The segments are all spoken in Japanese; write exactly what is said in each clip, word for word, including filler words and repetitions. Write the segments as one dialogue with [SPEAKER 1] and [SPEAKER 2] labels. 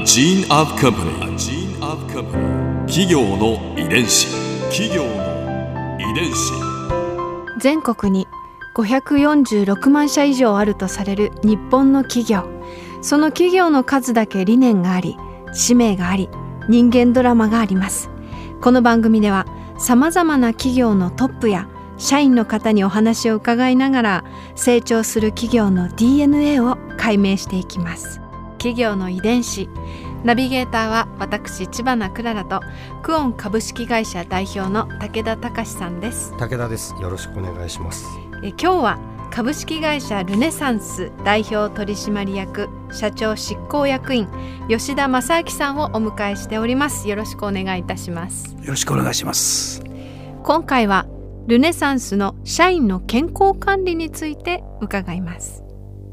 [SPEAKER 1] gene of company. A gene of company. 企業の遺伝子。企業の遺伝子。
[SPEAKER 2] 全国にごひゃくよんじゅうろくまんしゃ以上あるとされる日本の企業。その企業の数だけ理念があり、使命があり、人間ドラマがあります。この番組ではさまざまな企業のトップや社員の方にお話を伺いながら、成長する企業の ディーエヌエー を解明していきます。企業の遺伝子。ナビゲーターは私知花くららと、クオン株式会社代表の武田隆さんです。
[SPEAKER 3] 武田です。よろしくお願いします。
[SPEAKER 2] え今日は株式会社ルネサンス代表取締役社長執行役員吉田正明さんをお迎えしております。よろしくお願いいたします。
[SPEAKER 4] よろしくお願いします。
[SPEAKER 2] 今回はルネサンスの社員の健康管理について伺います。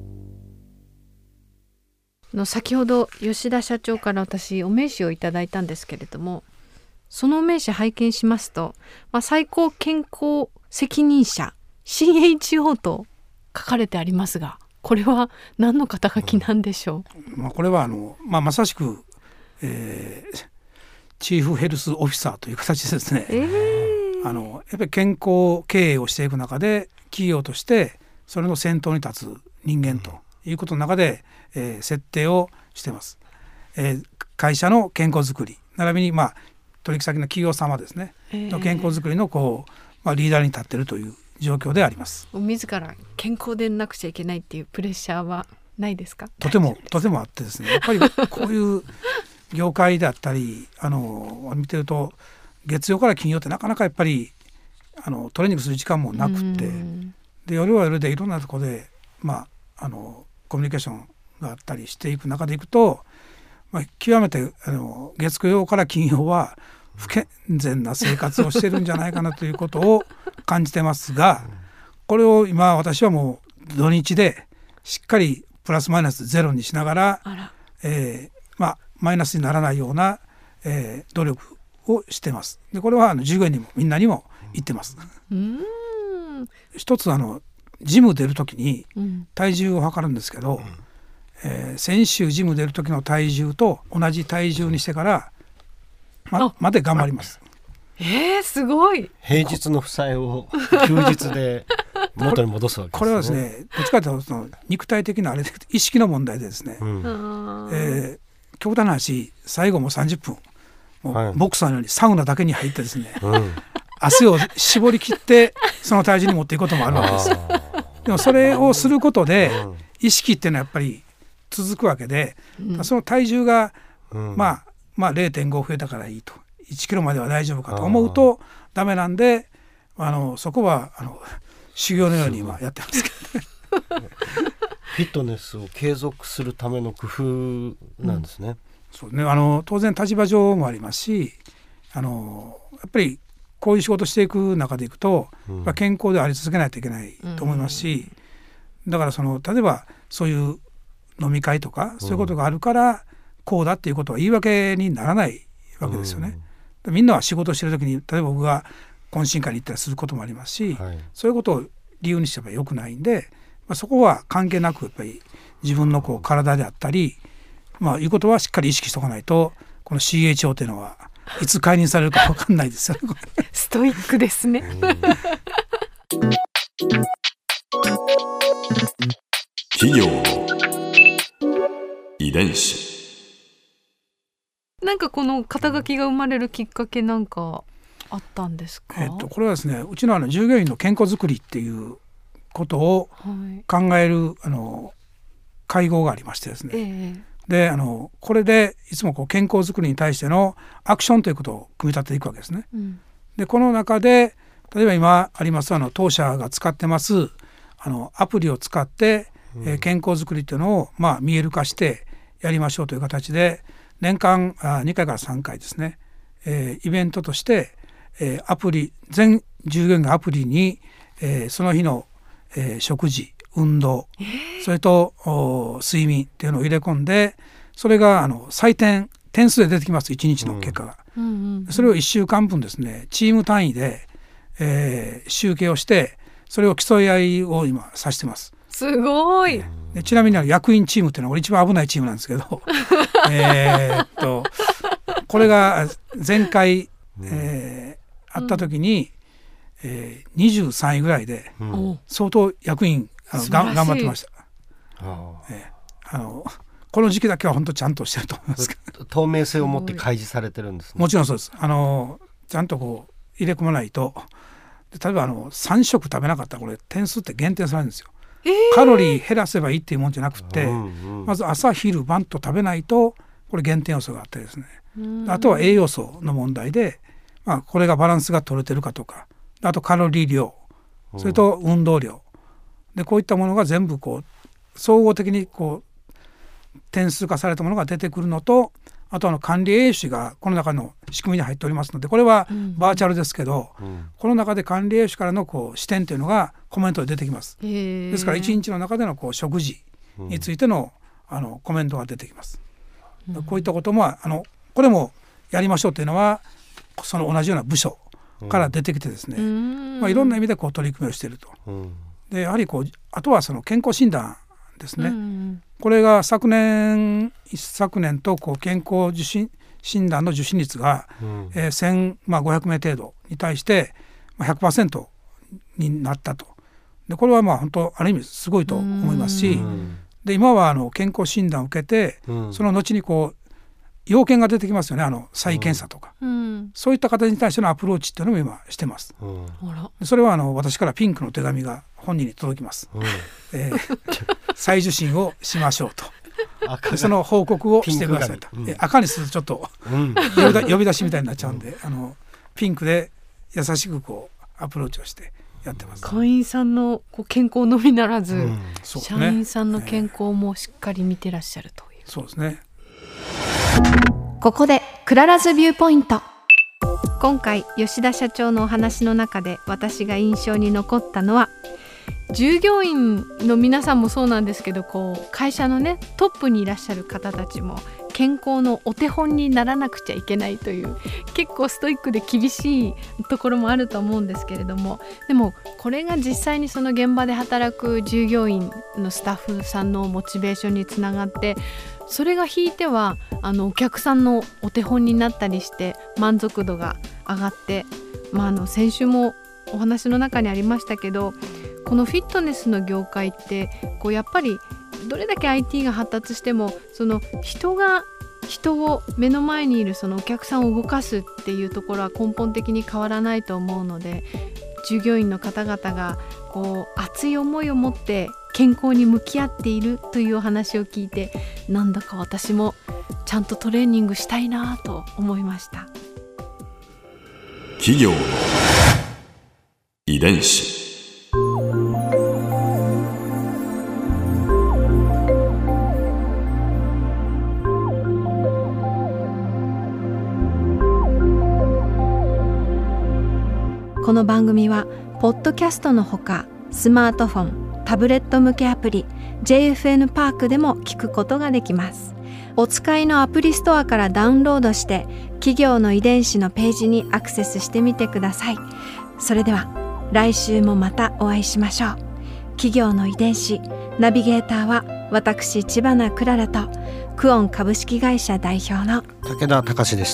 [SPEAKER 2] の先ほど吉田社長から私お名刺をいただいたんですけれども、そのお名刺拝見しますと、まあ、最高健康責任者 シーエイチオー と書かれてありますが、これは何の肩書きなんでしょう。
[SPEAKER 4] まあ、これはあの、まあ、まさしく、えー、チーフヘルスオフィサーという形ですね。えーあのやっぱり健康経営をしていく中で、企業としてそれの先頭に立つ人間ということの中で、えー、設定をしています。えー、会社の健康づくり並びに、まあ、取引先の企業様ですね、えー、の健康づくりのこう、まあ、リーダーに立っているという状況であります。
[SPEAKER 2] 自ら健康でなくちゃいけないっていうプレッシャーはないですか。
[SPEAKER 4] とてもとてもあってですね、やっぱりこういう業界であったりあの見てると、月曜から金曜ってなかなかやっぱりあのトレーニングする時間もなくて、で夜は夜でいろんなところで、まあ、あのコミュニケーションがあったりしていく中でいくと、まあ、極めてあの月曜から金曜は不健全な生活をしてるんじゃないかなということを感じてますが、これを今私はもう土日でしっかりプラスマイナスゼロにしながら、えーまあ、マイナスにならないような、えー、努力をしてます。でこれはあの従業員にもみんなにも言ってます。うーん一つあのジム出るときに体重を測るんですけど、うんえー、先週ジム出るときの体重と同じ体重にしてから ま, まで頑張ります。
[SPEAKER 2] えー、すごい。
[SPEAKER 3] 平日の負債を休日で元に戻すわけですね。
[SPEAKER 4] これはですね、どっちかというとその肉体的なあれで意識の問題でですね、うんえー、極端な話、最後もさんじゅっぷんもう、はい、ボクサーのようにサウナだけに入ってですね、うん、汗を絞り切ってその体重に持っていくこともあるわけですよ。でもそれをすることで、うん、意識っていうのはやっぱり続くわけで、うん、その体重が、うんまあ、まあ れいてんご 増えたからいいと、いちキロまでは大丈夫かと思うとダメなんで、あのそこはあの修行のように今やってますけどね。
[SPEAKER 3] フィットネスを継続するための工夫なんですね。うん
[SPEAKER 4] そうね、あの当然立場上もありますし、あのやっぱりこういう仕事していく中でいくと、うん、健康であり続けないといけないと思いますし、うん、だからその例えばそういう飲み会とかそういうことがあるからこうだっていうことは言い訳にならないわけですよね。うん、みんなは仕事してる時に例えば僕が懇親会に行ったりすることもありますし、はい、そういうことを理由にしては良くないんで、まあ、そこは関係なくやっぱり自分のこう体であったり、まあ、いうことはしっかり意識しておかないと、この シーエイチオー というのはいつ解任されるか分かんないですよね。
[SPEAKER 2] ストイックですね。
[SPEAKER 1] 企業の遺伝子。
[SPEAKER 2] なんかこの肩書きが生まれるきっかけなんかあったんですか。
[SPEAKER 4] えっと、これはですね、うちのあの従業員の健康づくりっていうことを考える、はい、あの会合がありましてですね、えーであのこれでいつもこう健康づくりに対してのアクションということを組み立てていくわけですね。うん、でこの中で例えば今ありますあの当社が使ってますあのアプリを使って、うんえー、健康づくりというのを、まあ、見える化してやりましょうという形で年間あにかいからさんかいですね、えー、イベントとして、えー、アプリ全従業員がアプリに、えー、その日の、えー、食事運動、えー、それと睡眠っていうのを入れ込んで、それがあの採点点数で出てきます。いちにちの結果が、うんうんうん、それをいっしゅうかんぶんですね、チーム単位で、えー、集計をしてそれを競い合いを今させてます。
[SPEAKER 2] すごい。
[SPEAKER 4] でちなみに役員チームっていうのは一番危ないチームなんですけどえっとこれが前回、えー、会った時に、えー、にじゅうさんいぐらいで、うん、相当役員あのが頑張ってました。あ、えー、あのこの時期だけは本当ちゃんとしてると思いますけど
[SPEAKER 3] 透明性を持って開示されてるんですね。
[SPEAKER 4] もちろんそうです。あのちゃんとこう入れ込まないと、で例えばあのさん食食べなかったらこれ点数って減点されるんですよ。えー、カロリー減らせばいいっていうもんじゃなくて、うんうん、まず朝昼晩と食べないとこれ減点要素があってですね、あとは栄養素の問題で、まあ、これがバランスが取れてるかとか、あとカロリー量、それと運動量で、こういったものが全部こう総合的にこう点数化されたものが出てくるのと、あとあの管理栄養士がこの中の仕組みに入っておりますので、これはバーチャルですけど、うん、この中で管理栄養士からのこう視点というのがコメントで出てきます。ですからいちにちの中でのこう食事についての、うん、あのコメントが出てきます。うん、こういったこともあのこれもやりましょうというのはその同じような部署から出てきてですね、うん、まあ、いろんな意味でこう取り組みをしていると。うん、でやはりこうあとはその健康診断ですね。うん、これが昨年一昨年とこう健康受診診断の受診率が、うん、えー、せんごひゃくめい程度に対してひゃくパーセント になったと。でこれはまあ本当ある意味すごいと思いますし、うん、で今はあの健康診断を受けて、うん、その後にこう要件が出てきますよね。あの再検査とか、うん、そういった形に対してのアプローチっていうのも今してます。うん、でそれはあの私からピンクの手紙が本人に届きます。うん、えー、再受診をしましょうと。その報告をしてくださいと。うん、赤にするとちょっと、うん、呼びだ呼び出しみたいになっちゃうんで、うん、あのピンクで優しくこうアプローチをしてやってます。
[SPEAKER 2] 会員さんのこう健康のみならず、うん、社員さんの健康もしっかり見てらっしゃるという。
[SPEAKER 4] そうですね。
[SPEAKER 2] ここでクララズビューポイント。今回吉田社長のお話の中で私が印象に残ったのは、従業員の皆さんもそうなんですけど、こう会社のねトップにいらっしゃる方たちも健康のお手本にならなくちゃいけないという、結構ストイックで厳しいところもあると思うんですけれども、でもこれが実際にその現場で働く従業員のスタッフさんのモチベーションにつながって、それがひいてはあのお客さんのお手本になったりして満足度が上がって、まあ、あの先週もお話の中にありましたけど、このフィットネスの業界ってこうやっぱりどれだけ アイティー が発達しても、その人が人を目の前にいるそのお客さんを動かすっていうところは根本的に変わらないと思うので、従業員の方々がこう熱い思いを持って健康に向き合っているというお話を聞いて、なんだか私もちゃんとトレーニングしたいなと思いました。
[SPEAKER 1] 企業の遺伝子。
[SPEAKER 2] この番組はポッドキャストのほか、スマートフォン、タブレット向けアプリ ジェイエフエヌ パークでも聞くことができます。お使いのアプリストアからダウンロードして企業の遺伝子のページにアクセスしてみてください。それでは来週もまたお会いしましょう。企業の遺伝子ナビゲーターは私知花くららとクオン株式会社代表の
[SPEAKER 3] 武田隆でした。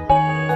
[SPEAKER 1] ー